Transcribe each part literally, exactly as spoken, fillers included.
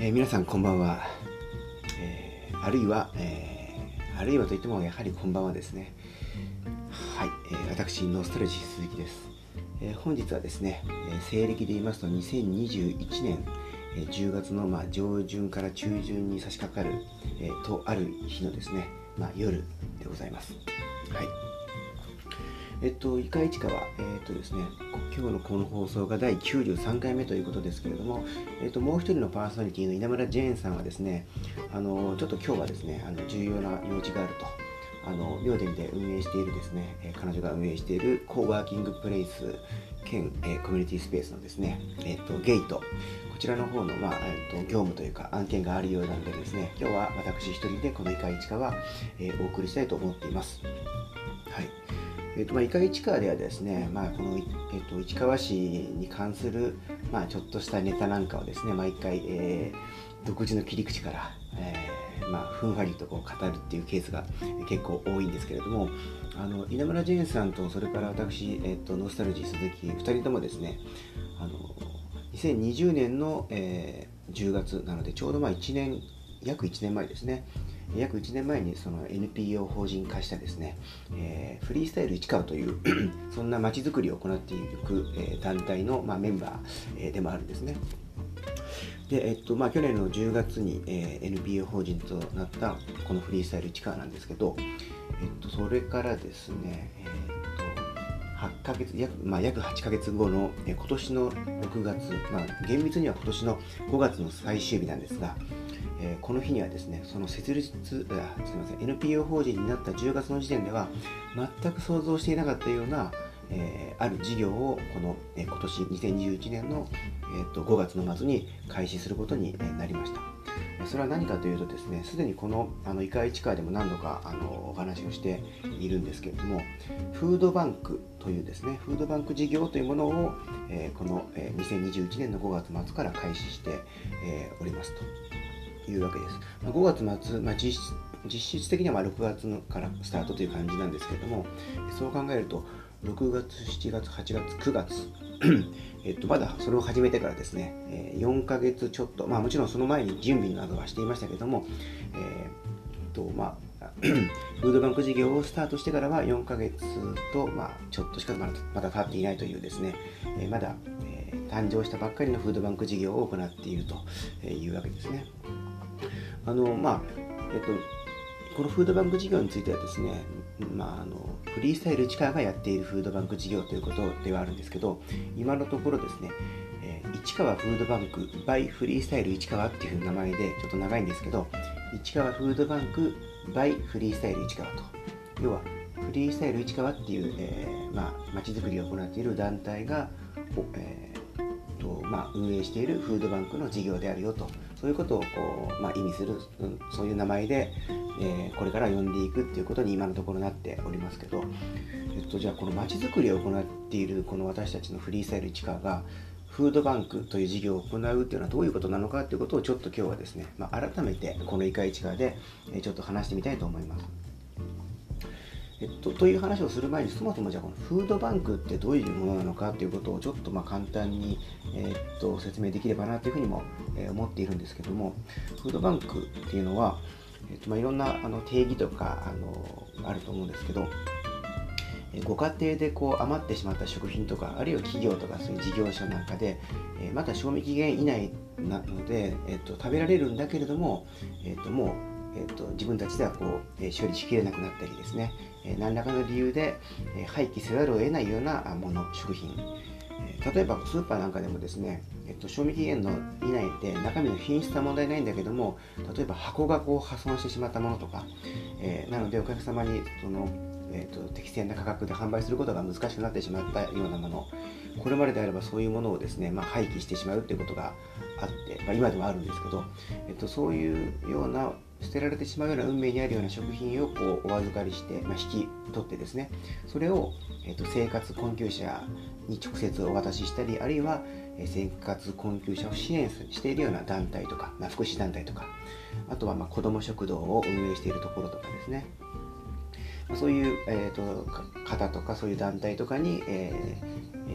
えー、皆さんこんばんは、えー、あるいは、えー、あるいはといってもやはりこんばんはですね。はい、えー、私ノスタルジー鈴木です。えー、本日はですね、えー、西暦で言いますとにせんにじゅういちねん、えー、じゅうがつの、まあ、上旬から中旬に差し掛かる、えー、とある日のですね、まあ、夜でございます。はい。えっと、いかいちかは、えっとですね、今日のこの放送がだいきゅうじゅうさんかいめということですけれども、えっと、もう一人のパーソナリティの稲村ジェーンさんはですね、あのちょっと今日はですね、あの重要な用事があると、あの明殿で運営しているですね、え彼女が運営しているコーワーキングプレイス兼、えコミュニティスペースのですね、えっと、ゲート、こちらの方の、まあえっと、業務というか案件があるようなのでですね、今日は私一人でこのいかいちかは、えー、お送りしたいと思っています。はい。えーとまあ、いかいちかではですね、まあ、この、えー、と市川市に関する、まあ、ちょっとしたネタなんかをですね、毎回、えー、独自の切り口から、えーまあ、ふんわりとこう語るっていうケースが結構多いんですけれども、あの稲村ジェーンさんとそれから私、えー、とノスタルジー鈴木ふたりともですね、あのにせんにじゅうねんの、えー、じゅうがつなのでちょうどまあいちねん約いちねんまえですね、約いちねんまえにその エヌピーオー 法人化したですね、えー、フリースタイル市川というそんな街づくりを行っていく、えー、団体の、まあ、メンバー、えー、でもあるんですね。で、えっとまあ、去年のじゅうがつに、えー、エヌピーオー 法人となったこのフリースタイル市川なんですけど、えっと、それからですね、えーはちかげつ約、まあ、約はちかげつごの、えー、今年のろくがつ、まあ、厳密には今年のごがつの最終日なんですが、えー、この日にはですね、その設立、あ、すみません、エヌピーオー 法人になったじゅうがつの時点では全く想像していなかったような、えー、ある事業をこの、えー、今年にせんにじゅういちねんの、えー、とごがつの末に開始することになりました。それは何かというとですね、すでにこのあのいかいちかでも何度かあのお話をしているんですけれども、フードバンクというですね、フードバンク事業というものを、えー、この、えー、にせんにじゅういちねんのごがつ末から開始して、えー、おりますというわけです。まあ、ごがつ末、まあ、実質実質的にはまあろくがつからスタートという感じなんですけれども、そう考えるとろくがつ、しちがつ、はちがつ、くがつえっとまだそれを始めてからですね、よんかげつちょっと、まあもちろんその前に準備などはしていましたけども、えー、とまあフードバンク事業をスタートしてからはよんかげつと、まあ、ちょっとしかまだまだ経っていないというですね、えー、まだ、えー、誕生したばっかりのフードバンク事業を行っているというわけですね。あのまあえっとこのフードバンク事業についてはですね、まあ、あのフリースタイル市川がやっているフードバンク事業ということではあるんですけど、今のところですね、えー、市川フードバンク by フリースタイル市川っていう名前でちょっと長いんですけど、市川フードバンク by フリースタイル市川と、要はフリースタイル市川っていう、えーまあ、街づくりを行っている団体が、えーとまあ、運営しているフードバンクの事業であるよと、そういうことをこう、まあ、意味する、うん、そういう名前で、えー、これから呼んでいくっていうことに今のところなっておりますけど、えっと、じゃあこの街づくりを行っているこの私たちのフリースタイル市川がフードバンクという事業を行うっていうのはどういうことなのかということをちょっと今日はですね、まあ、改めてこのいかいちかでちょっと話してみたいと思います。えっと、という話をする前に、そもそもじゃあこのフードバンクってどういうものなのかということをちょっとまあ簡単に、えっと、説明できればなというふうにも、えー、思っているんですけども、フードバンクっていうのは、えっとまあ、いろんなあの定義とかあのあると思うんですけど、ご家庭でこう余ってしまった食品とか、あるいは企業とかそういう事業者なんかで、えー、まだ賞味期限以内なので、えっと、食べられるんだけれども、えっと、もうえー、と自分たちではこう、えー、処理しきれなくなったりですね、えー、何らかの理由で、えー、廃棄せざるを得ないようなもの、食品、えー、例えばスーパーなんかでもですね、えー、と賞味期限の以内で中身の品質は問題ないんだけども、例えば箱がこう破損してしまったものとか、えー、なのでお客様にその、えー、と適正な価格で販売することが難しくなってしまったようなもの、これまでであればそういうものをですね、まあ、廃棄してしまうということがあって、まあ、今でもあるんですけど、えっと、そういうような捨てられてしまうような運命にあるような食品をこうお預かりして、まあ、引き取ってですね、それを、えっと、生活困窮者に直接お渡ししたり、あるいは生活困窮者を支援しているような団体とか、まあ、福祉団体とか、あとはまあ子ども食堂を運営しているところとかですね、そういう、えー、と方とかそういう団体とかに、えーえー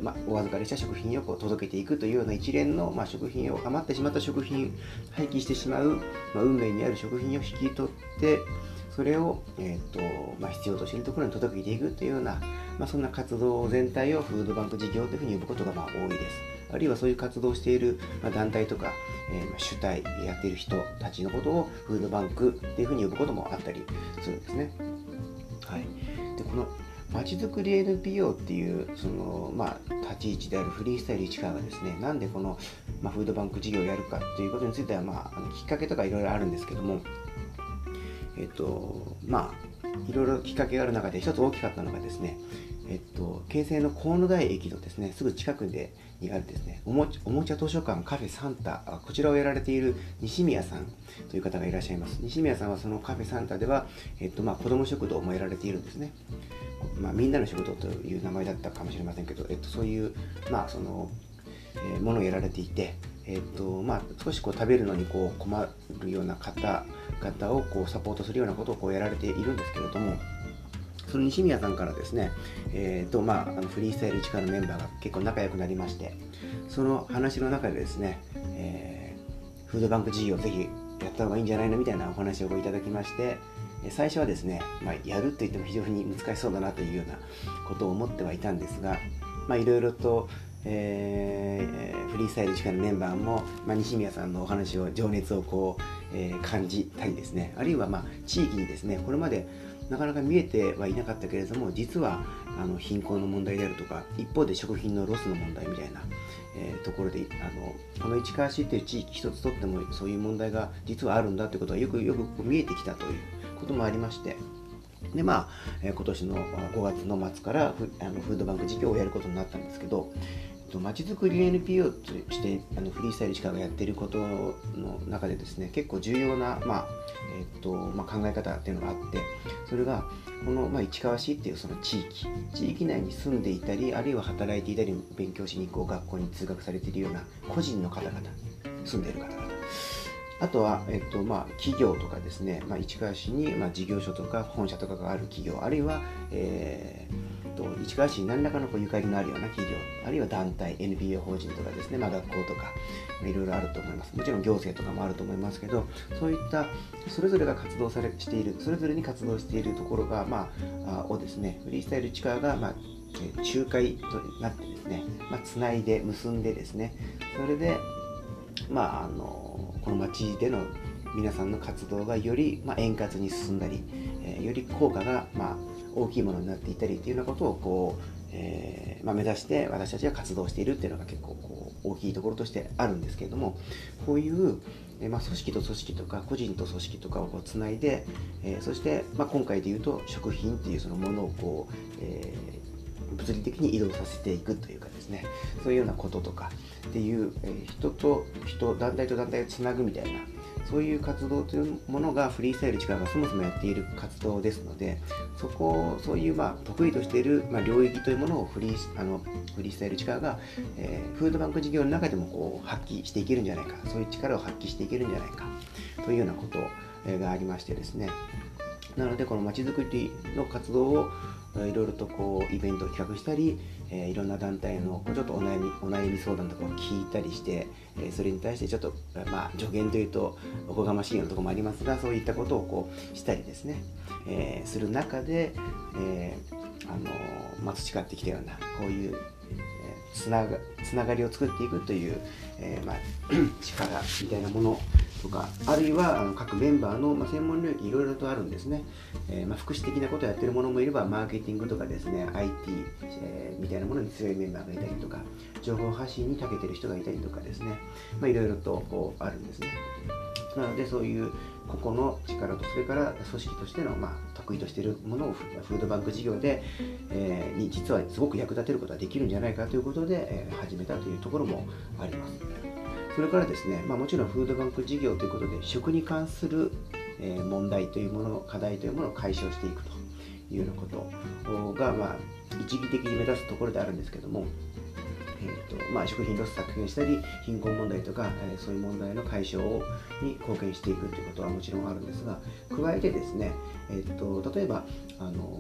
まあ、お預かりした食品をこう届けていくというような一連の、まあ、食品を余ってしまった食品、廃棄してしまう、まあ、運命にある食品を引き取ってそれを、えーとまあ、必要としているところに届けていくというような、まあ、そんな活動全体をフードバンク事業というふうに呼ぶことがまあ多いです。あるいはそういう活動をしている団体とか、えー、主体やっている人たちのことをフードバンクっていうふうに呼ぶこともあったりするんですね。はい、でこのまちづくり エヌピーオー っていうその、まあ、立ち位置であるフリースタイル市川がですね、なんでこの、まあ、フードバンク事業をやるかということについては、まあ、あのきっかけとかいろいろあるんですけども、えっとまあいろいろきっかけがある中で一つ大きかったのがですね、えっと、京成の河野台駅のですねすぐ近くでにあるですねおもおもちゃ図書館カフェサンタ、こちらをやられている西宮さんという方がいらっしゃいます。西宮さんはそのカフェサンタでは、えっとまあ、子ども食堂もやられているんですね。まあ、みんなの食堂という名前だったかもしれませんけど、えっと、そういう、まあそのえー、ものをやられていて、えっとまあ、少しこう食べるのにこう困るような方々をこうサポートするようなことをこうやられているんですけれども、その西宮さんからですね、えーとまあ、あのフリースタイル市川のメンバーが結構仲良くなりまして、その話の中でですね、えー、フードバンク事業をぜひやった方がいいんじゃないのみたいなお話をいただきまして、最初はですね、まあ、やるといっても非常に難しそうだなというようなことを思ってはいたんですが、まあ、いろいろと、えー、フリースタイル市川のメンバーも、まあ、西宮さんのお話を情熱をこう、えー、感じたりですね、あるいはまあ地域にですねこれまでなかなか見えてはいなかったけれども、実はあの貧困の問題であるとか、一方で食品のロスの問題みたいな、えー、ところであのこの市川市という地域一つとってもそういう問題が実はあるんだということがよくよく見えてきたということもありまして、でまあ、えー、今年のごがつの末からフあのフードバンク事業をやることになったんですけど、まちづくり エヌピーオー としてあのフリースタイル市川がやっていることの中でですね、結構重要な、まあえっとまあ、考え方っていうのがあって、それがこの、まあ、市川市っていうその地域地域内に住んでいたり、あるいは働いていたり勉強しにこう学校に通学されているような個人の方々、住んでいる方々、あとは、えっとまあ、企業とかですね、まあ、市川市に、まあ、事業所とか本社とかがある企業、あるいは、えー市川市に何らかのこうゆかりのあるような企業、あるいは団体、エヌピーオー 法人とかですね、まあ、学校とかいろいろあると思います。もちろん行政とかもあると思いますけど、そういったそれぞれが活動されしている、それぞれに活動しているところが、まあ、をですね、フリースタイル市川が、まあ、仲介となってですね、まあ、つないで結んでですね、それで、まあ、あのこの町での皆さんの活動がより、まあ、円滑に進んだり、えー、より効果が、まあ、大きいものになっていたりというようなことをこう、えーまあ、目指して私たちが活動しているっていうのが結構こう大きいところとしてあるんですけれども、こういう、えーまあ、組織と組織とか個人と組織とかをこうつないで、えー、そして、まあ、今回でいうと食品っていうそのものをこう、えー、物理的に移動させていくというかですね、そういうようなこととかっていう、えー、人と人、団体と団体をつなぐみたいな、そういう活動というものがフリースタイル市川がそもそもやっている活動ですので、そこそういうまあ得意としているまあ領域というものをフリーあのフリースタイル市川が、えー、フードバンク事業の中でもこう発揮していけるんじゃないか、そういう力を発揮していけるんじゃないかというようなことがありましてですね、なのでこのまちづくりの活動をいろいろとこうイベントを企画したり、えー、いろんな団体のちょっとお悩みお悩み相談とかを聞いたりして、えー、それに対してちょっと、まあ、助言というとおこがましいようなところもありますが、そういったことをこうしたりですね、えー、する中で、えーあのまあ、培ってきたようなこういう、えー、つなが、つながりを作っていくという、えーまあ、力みたいなものとか、あるいはあの各メンバーの、まあ、専門領域いろいろとあるんですね。えーまあ、福祉的なことをやっている者もいれば、マーケティングとかですね、アイティー、えー、みたいなものに強いメンバーがいたりとか、情報発信に長けている人がいたりとかですね、まあ、いろいろとこうあるんですね。なのでそういう個々の力と、それから組織としての、まあ、得意としているものをフードバンク事業で、えー、に実はすごく役立てることができるんじゃないかということで、えー、始めたというところもあります。それからですね、まあ、もちろんフードバンク事業ということで食に関する問題というもの、課題というものを解消していくというようなことが、まあ、一義的に目指すところであるんですけども、えーとまあ、食品ロス削減したり貧困問題とか、えー、そういう問題の解消に貢献していくということはもちろんあるんですが、加えてですね、えーと例えばあの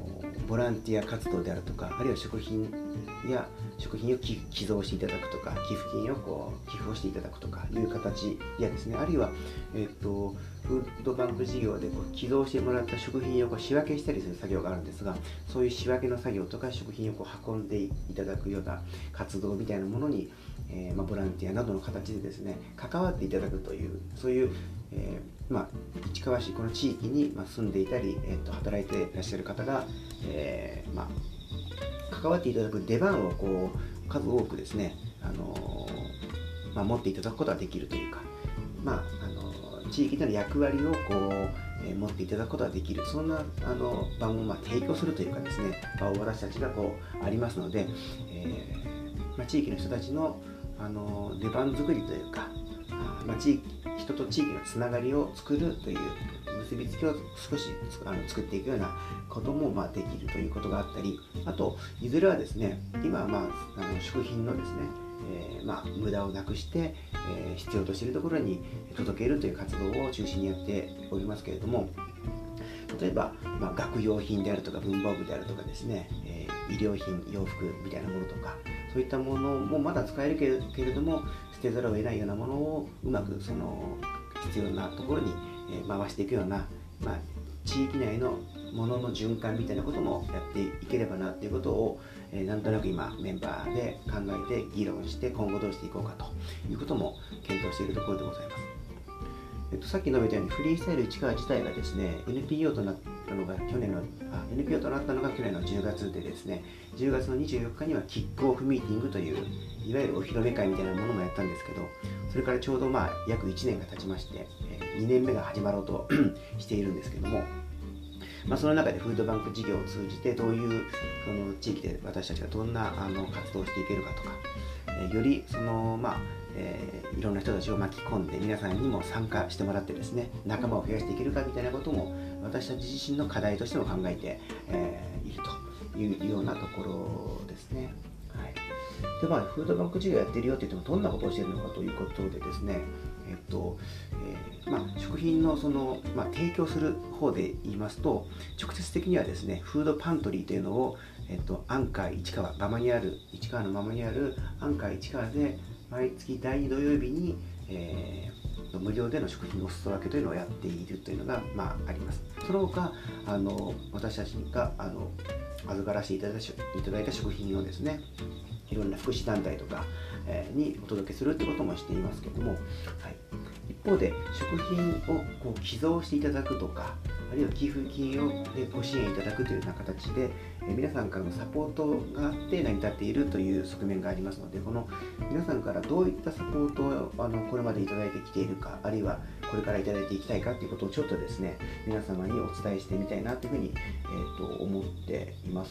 ボランティア活動であるとか、あるいは食品や食品を寄寄贈していただくとか、寄付金をこう寄付をしていただくとかいう形やですね、あるいは、えー、とフードバンク事業でこう寄贈してもらった食品をこう仕分けしたりする作業があるんですが、そういう仕分けの作業とか食品をこう運んでいただくような活動みたいなものに、えーまあ、ボランティアなどの形でですね関わっていただくという、そういう、えーまあ、市川市この地域に住んでいたり、えー、と働いていらっしゃる方が、えーまあ、関わっていただく出番をこう数多くですね、あのーまあ、持っていただくことができるというか、まああのー、地域での役割をこう、えー、持っていただくことができる、そんなあの場をまあ提供するというかですね、場を私たちがこうありますので、えーまあ、地域の人たちの、あのー、出番作りというか、まあ、地域人と地域のつながりを作るという結びつきを少しあの作っていくようなこともまあできるということがあったり、あといずれはですね、今は、まあ、あの食品のですね、えーまあ、無駄をなくして、えー、必要としているところに届けるという活動を中心にやっておりますけれども、例えば、まあ、学用品であるとか文房具であるとかですね、えー、医療品、洋服みたいなものとか、そういったものもまだ使えるけれけれども捨てざるを得ないようなものをうまくその必要なところに回していくような、まあ、地域内のものの循環みたいなこともやっていければなということを、えー、なんとなく今メンバーで考えて議論して今後どうしていこうかということも検討しているところでございます。えっと、さっき述べたようにフリースタイル市川自体がですね エヌピーオー となったのが去年のあ エヌピーオー となったのが去年のじゅうがつでですね、じゅうがつのにじゅうよっかにはキックオフミーティングといういわゆるお披露目会みたいなものもやったんですけど、それからちょうどまあ約いちねんが経ちまして、えー、にねんめが始まろうとしているんですけども、まあ、その中でフードバンク事業を通じてどういうその地域で私たちがどんなあの活動をしていけるかとか、えー、よりそのまあえー、いろんな人たちを巻き込んで皆さんにも参加してもらってですね、仲間を増やしていけるかみたいなことも私たち自身の課題としても考えて、えー、いるというようなところですね。はい、でまあ、フードバンク事業やってるよって言ってもどんなことをしているのかということでですね、えっとえーまあ、食品のその、まあ、提供する方で言いますと、直接的にはですねフードパントリーというのを、えっと、アンカー市川馬場にある市川の馬場にあるアンカー市川で毎月だいに土曜日に、えー、無料での食品のお裾分けというのをやっているというのが、まあ、あります。その他あの私たちがあの預からせていただいたいただいた食品をですね、いろんな福祉団体とか、えー、にお届けするということもしていますけれども、はい、一方で食品をこう寄贈していただくとか、あるいは寄付金をでご支援いただくというような形で、えー、皆さんからのサポートがあって成り立っているという側面がありますので、この皆さんからどういったサポートをあのこれまでいただいてきているか、あるいはこれからいただいていきたいかということをちょっとですね皆様にお伝えしてみたいなというふうに、えー、と思っています。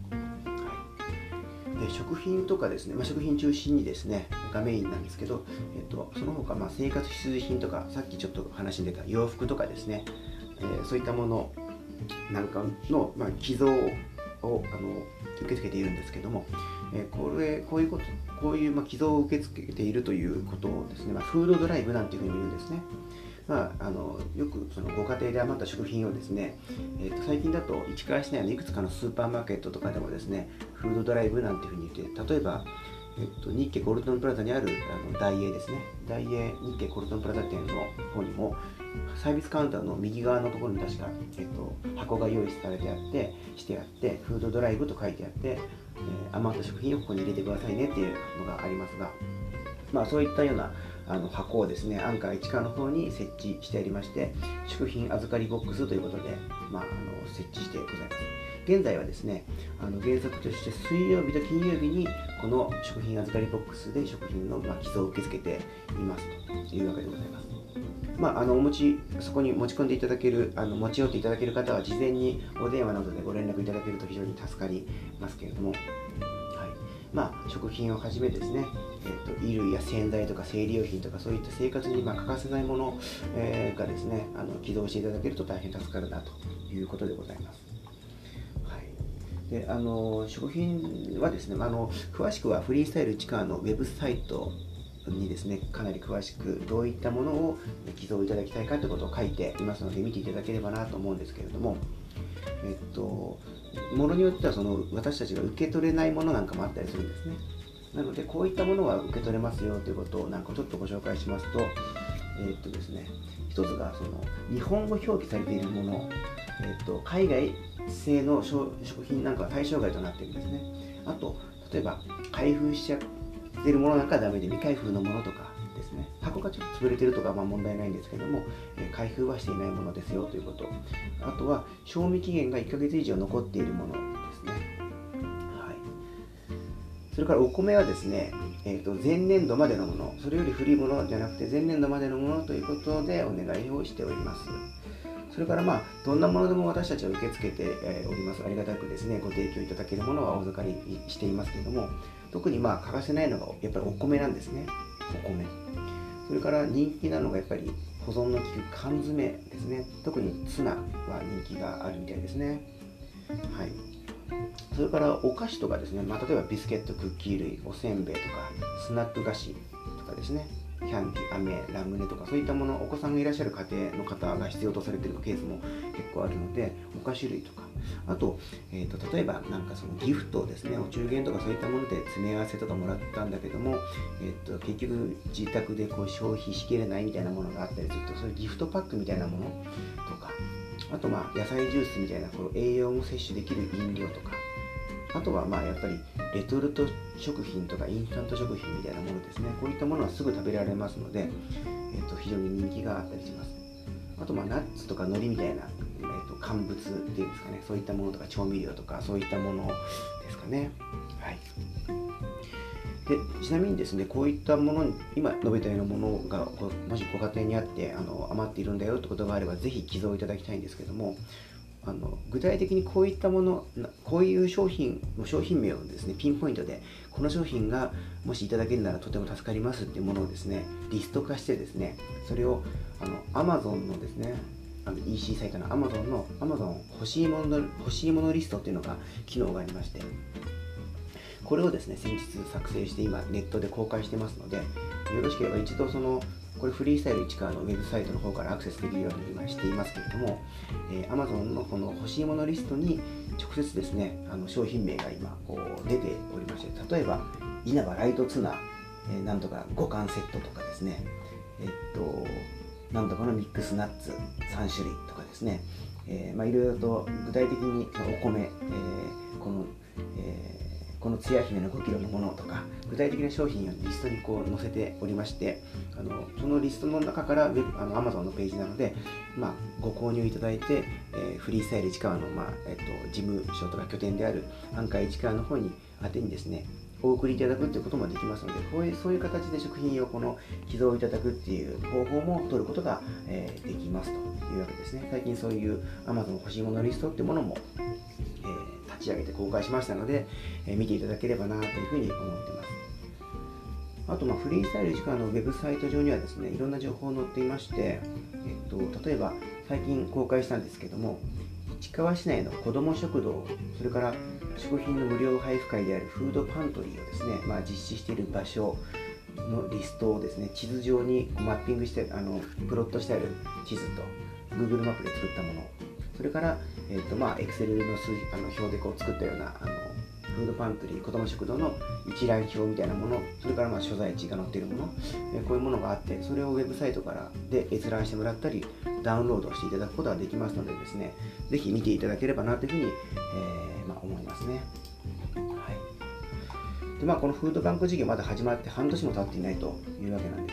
で食品とかですね、まあ、食品中心にですねがメインなんですけど、えっと、その他まあ生活必需品とか、さっきちょっと話に出た洋服とかですね、えー、そういったものなんかの、まあ、寄贈をあの受け付けているんですけども、えー、これこういうことこういう、まあ、寄贈を受け付けているということをですね、まあ、フードドライブなんていうふうに言うんですね。まあ、あのよくそのご家庭で余った食品をですね、えー、と最近だと市川市内のいくつかのスーパーマーケットとかでもですねフードドライブなんていうふうに言って、例えば、えー、と日系コルトンプラザにあるあのダイエーですね、ダイエー日系コルトンプラザ店の方にもサービスカウンターの右側のところに確か、えー、と箱が用意されてあってしてあってフードドライブと書いてあって、えー、余った食品をここに入れてくださいねっていうのがありますが、まあ、そういったようなあの箱をですねアンカー市川の方に設置してありまして、食品預かりボックスということで、まあ、あの設置してございます。現在はですねあの原則として水曜日と金曜日にこの食品預かりボックスで食品の、まあ、寄贈を受け付けていますというわけでございます。まあ、あのお持ちそこに持ち込んでいただけるあの持ち寄っていただける方は事前にお電話などでご連絡いただけると非常に助かりますけれども、はい、まあ、食品をはじめですね、えー、と衣類や洗剤とか生理用品とかそういった生活にまあ欠かせないもの、えー、がですねあの寄贈していただけると大変助かるなということでございます。はい、であの食品はですねあの詳しくはフリースタイル市川のウェブサイトにですねかなり詳しくどういったものを寄贈いただきたいかということを書いていますので見ていただければなと思うんですけれども、えっとものによってはその私たちが受け取れないものなんかもあったりするんですね。なのでこういったものは受け取れますよということをなんかちょっとご紹介しますと、えー、っとですね、一つがその日本語表記されているもの、えー、っと海外製の食品なんかは対象外となっているんですね。あと例えば開封しちゃっているものなんかはダメで、未開封のものとかですね、箱がちょっと潰れてるとかはまあ問題ないんですけども、えー、開封はしていないものですよということ。あとは賞味期限がいっかげつ以上残っているものですね。はい、それからお米はですね、えー、と前年度までのもの、それより古いものじゃなくて前年度までのものということでお願いをしております。それからまあどんなものでも私たちは受け付けております。ありがたくですね、ご提供いただけるものはお預かりしていますけれども、特にまあ欠かせないのがやっぱりお米なんですね。お米。それから人気なのがやっぱり保存の利く缶詰ですね。特にツナは人気があるみたいですね。はい。それからお菓子とかですね、まあ、例えばビスケット、クッキー類、おせんべいとかスナック菓子とかですね、キャンディ、飴、ラムネとかそういったもの、お子さんがいらっしゃる家庭の方が必要とされているケースも結構あるので、お菓子類とか、あと、えー、と例えばなんかそのギフトですね、お中元とかそういったもので詰め合わせとかもらったんだけども、えー、と結局自宅でこう消費しきれないみたいなものがあったりすると、そういうギフトパックみたいなものとか、あとまあ野菜ジュースみたいなこう栄養も摂取できる飲料とか、あとはまあやっぱりレトルト食品とかインスタント食品みたいなものですね。こういったものはすぐ食べられますので、えー、と非常に人気があったりします。あとまあナッツとか海苔みたいな、えー、と乾物っていうんですかね、そういったものとか調味料とかそういったものですかね。はい。でちなみにですね、こういったものに今述べたようなものがもしご家庭にあってあの余っているんだよってことがあれば、ぜひ寄贈いただきたいんですけども、あの具体的にこういったもの、こういう商品の商品名をですね、ピンポイントでこの商品がもしいただけるならとても助かりますっていうものをですね、リスト化してですね、それをあの Amazon のですね、あの イーシー サイトの Amazon の Amazon 欲しいもの欲しいものリストっていうのが機能がありまして、これをですね先日作成して今ネットで公開してますので、よろしければ一度そのこれフリースタイル市川のウェブサイトの方からアクセスできるように今していますけれども、えー、Amazon のこの欲しいものリストに直接ですね、あの商品名が今こう出ておりまして、例えば稲葉ライトツナ、えー、なんとかごかんセットとかですね、えっとなんとかのミックスナッツさんしゅるいとかですね、えーまあ、いろいろと具体的にお米、えー、この、えーこのつや姫のごキロのものとか具体的な商品をリストにこう載せておりまして、あのそのリストの中からウェブあの Amazon のページなので、まあ、ご購入いただいて、えー、フリースタイル市川の、まあえっと、事務所とか拠点であるアンカー市川の方に宛てにですねお送りいただくということもできますので、こういうそういう形で食品をこの寄贈いただくっていう方法も取ることが、えー、できますというわけですね。最近そういう Amazon 欲しいものリストっていうものも、えー立ち上げて公開しましたので、えー、見ていただければなというふうに思っています。あと、まあ、フリースタイル市川のウェブサイト上にはですね、いろんな情報を載っていまして、えっと、例えば最近公開したんですけども、市川市内の子ども食堂、それから食品の無料配布会であるフードパントリーをですね、まあ、実施している場所のリストをですね、地図上にマッピングして、あのプロットしてある地図と Google マップで作ったもの、それから、えーとまあ、Excel の数あの表でこう作ったようなあのフードパントリー、子ども食堂の一覧表みたいなもの、それからまあ所在地が載っているもの、えー、こういうものがあって、それをウェブサイトからで閲覧してもらったり、ダウンロードしていただくことができますのでですね、ぜひ見ていただければなというふうに、えーまあ、思いますね。はい。で、まあ、このフードバンク事業まだ始まって半年も経っていないというわけなんです。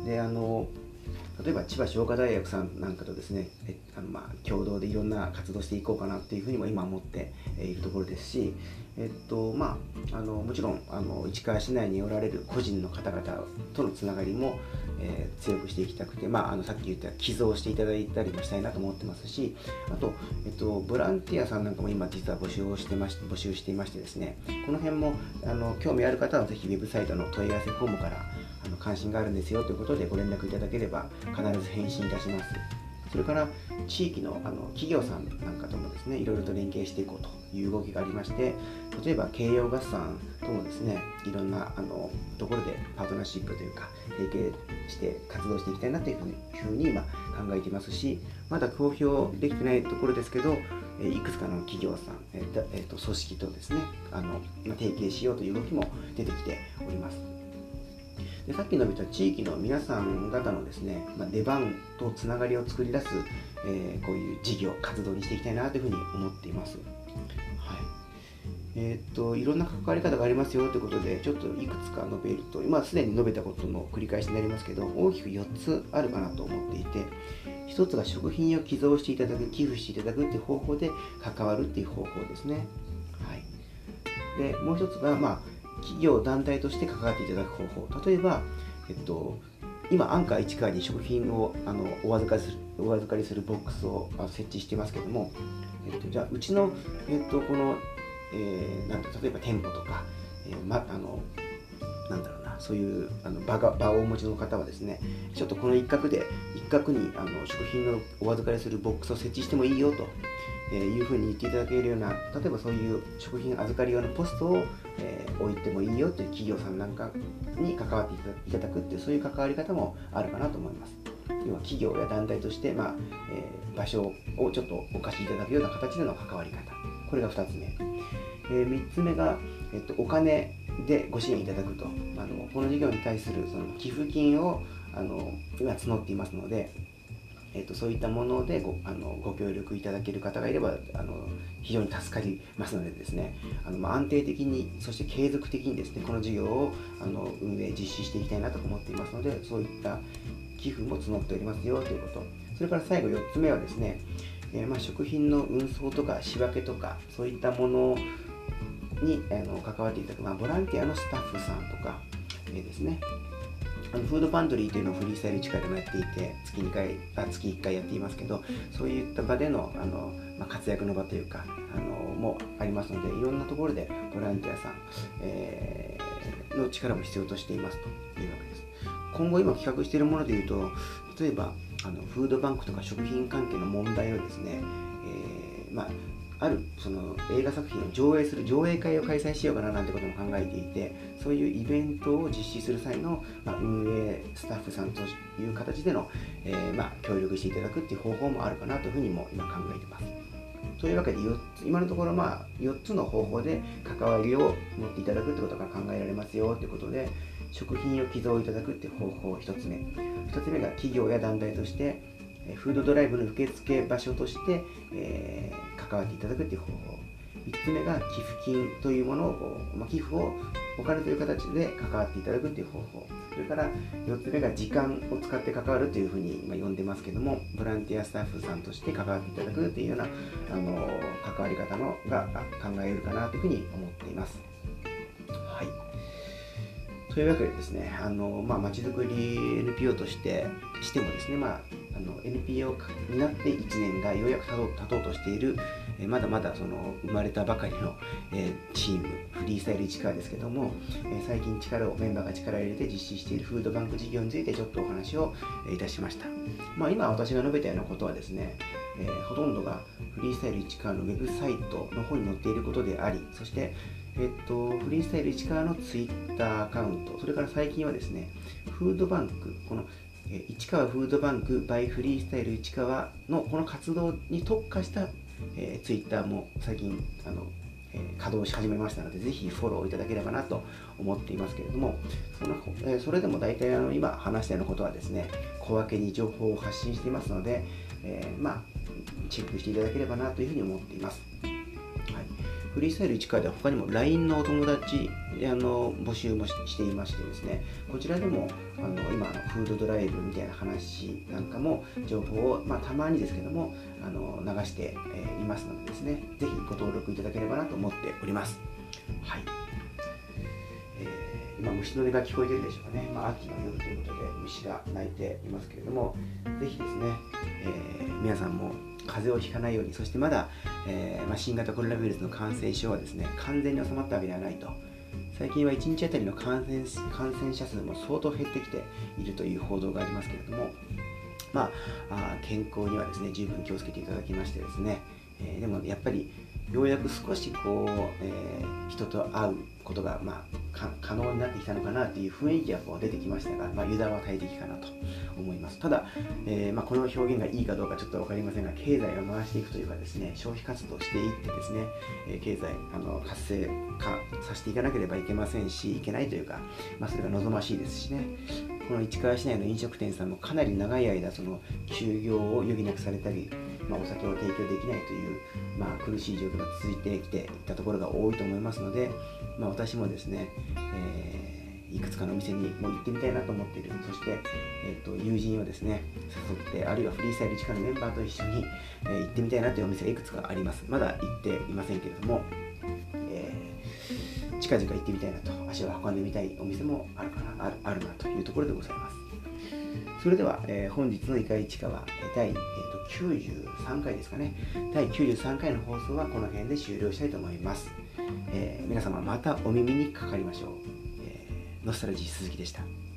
で、あの例えば千葉商科大学さんなんかとですね、えあのまあ共同でいろんな活動していこうかなっていうふうにも今思っているところですし、えっとまあ、あのもちろんあの市川市内におられる個人の方々とのつながりも、えー、強くしていきたくて、まあ、あのさっき言った寄贈していただいたりもしたいなと思ってますし、あと、えっと、ボランティアさんなんかも今実は募集をしてまし募集していましてですね、この辺もあの興味ある方はぜひウェブサイトの問い合わせフォームからあの関心があるんですよということでご連絡いただければ必ず返信いたします。 それから地域の、あの企業さんなんかともですね、いろいろと連携していこうという動きがありまして、例えば京葉合算ともですね、いろんなあのところでパートナーシップというか提携して活動していきたいなというふうに今考えていますし、まだ公表できてないところですけど、いくつかの企業さん、えーえー、と組織とですね、あの提携しようという動きも出てきております。でさっき述べた地域の皆さん方のですね、まあ、出番とつながりを作り出す、えー、こういう事業活動にしていきたいなというふうに思っています。はい。えー、っといろんな関わり方がありますよということで、ちょっといくつか述べると、今すでに述べたことの繰り返しになりますけど、大きくよっつあるかなと思っていて、ひとつが食品を寄贈していただく、寄付していただくという方法で関わるという方法ですね。はい。でもう一つが、まあ企業団体として関わっていただく方法。例えば、えっと、今アンカー市川に食品をあのお預かりするお預かりするボックスを設置していますけども、えっと、じゃあうちの、えっと、この、えー、なん例えば店舗とか、えーま、あのなんだろうな、そういうあの場が場をお持ちの方はですね、ちょっとこの一角で一角にあの食品をお預かりするボックスを設置してもいいよというふうに言っていただけるような、例えばそういう食品預かり用のポストを、えー、置いてもいいよという企業さんなんかに関わっていただくっていう、そういう関わり方もあるかなと思います。要は企業や団体として、まあえー、場所をちょっとお貸しいただくような形での関わり方、これがふたつめ。えー、みっつめが、えっと、お金でご支援いただくと、あのこの事業に対するその寄付金をあの今募っていますので、えー、とそういったもので ご, あのご協力いただける方がいればあの非常に助かりますのでですね、あの、まあ、安定的にそして継続的にですね、この事業をあの運営実施していきたいなと思っていますので、そういった寄付も募っておりますよということ。それから最後よっつめはですね、えー、まあ食品の運送とか仕分けとかそういったものにあの関わっていただく、まあ、ボランティアのスタッフさんとか、えー、ですね、あのフードパントリーというのをフリースタイル市川でもやっていて、月にかいあ月いっかいやっていますけど、そういった場での、あの、まあ、活躍の場というかあのもありますので、いろんなところでボランティアさん、えー、の力も必要としていますというわけです。今後今企画しているものでいうと、例えばあのフードバンクとか食品関係の問題をですね、えーまああるその映画作品を上映する上映会を開催しようかななんてことも考えていて、そういうイベントを実施する際の、まあ、運営スタッフさんという形での、えーまあ、協力していただくっていう方法もあるかなというふうにも今考えています。というわけでよっつ、今のところまあよっつの方法で関わりを持っていただくってことが考えられますよということで、食品を寄贈いただくっていう方法ひとつめ、ふたつめが企業や団体としてフードドライブの受付場所として、えー、関わっていただくという方法、みっつめが寄付金というものを、まあ、寄付をお金という形で関わっていただくという方法、それからよっつめが時間を使って関わるというふうに今呼んでますけども、ボランティアスタッフさんとして関わっていただくというようなあの関わり方のが考えるかなというふうに思っています。はい。というわけでですね、あのまあ、まちづくり エヌピーオー としてしてもですね、まあ、あの エヌピーオー になっていちねんがようやく経とう経とうとしている、えー、まだまだその生まれたばかりの、えー、チームフリースタイル市川ですけども、えー、最近力をメンバーが力を入れて実施しているフードバンク事業についてちょっとお話を、えー、いたしました。まあ、今私が述べたようなことはですね、えー、ほとんどがフリースタイル市川のウェブサイトの方に載っていることであり、そしてえっと、フリースタイル市川のツイッターアカウント、それから最近はですね、フードバンク、このえ市川フードバンク by フリースタイル市川のこの活動に特化した、えー、ツイッターも最近あの、えー、稼働し始めましたので、ぜひフォローいただければなと思っていますけれども、その、えー、それでも大体あの今話したようなことはですね、小分けに情報を発信していますので、えー、まあ、チェックしていただければなというふうに思っています。はい、フリースタイル市川では他にも ライン のお友達あの募集もしていましてですね、こちらでもあの今のフードドライブみたいな話なんかも情報を、まあ、たまにですけどもあの流して、えー、いますのでですね、ぜひご登録いただければなと思っております。はい、えー、今虫の音が聞こえてるでしょうかね。まあ、秋の夜ということで虫が鳴いていますけれども、ぜひですね、えー、皆さんも風邪をひかないように、そしてまだ、えーまあ、新型コロナウイルスの感染症はですね、完全に収まったわけではないと。最近はいちにちあたりの感染感染者数も相当減ってきているという報道がありますけれども、 まあ、あ健康にはですね十分気をつけていただきましてですね、えー、でもやっぱりようやく少しこう、えー、人と会うことが、まあ、可能になってきたのかなという雰囲気がこう出てきましたが、まあ、油断は大敵かなと思います。ただ、えーまあ、この表現がいいかどうかちょっと分かりませんが、経済を回していくというかですね、消費活動をしていってですね、えー、経済あの活性化させていかなければいけませんし、いけないというか、まあ、それが望ましいですしね。この市川市内の飲食店さんもかなり長い間その休業を余儀なくされたり、まあ、お酒を提供できないという、まあ、苦しい状況が続いてきていたところが多いと思いますので、まあ、私もですね、えー、いくつかのお店にも行ってみたいなと思っている。そして、えー、と友人をですね誘って、あるいはフリースタイル地下のメンバーと一緒に、えー、行ってみたいなというお店がいくつかあります。まだ行っていませんけれども、えー、近々行ってみたいなと、足を運んでみたいお店もあるかな、ある、あるなというところでございます。それでは、えー、本日のいかいちかは第、えー、ときゅうじゅうさんかいですかね。だいきゅうじゅうさんかいの放送はこの辺で終了したいと思います。えー、皆様またお耳にかかりましょう。えー、ノスタルジー鈴木でした。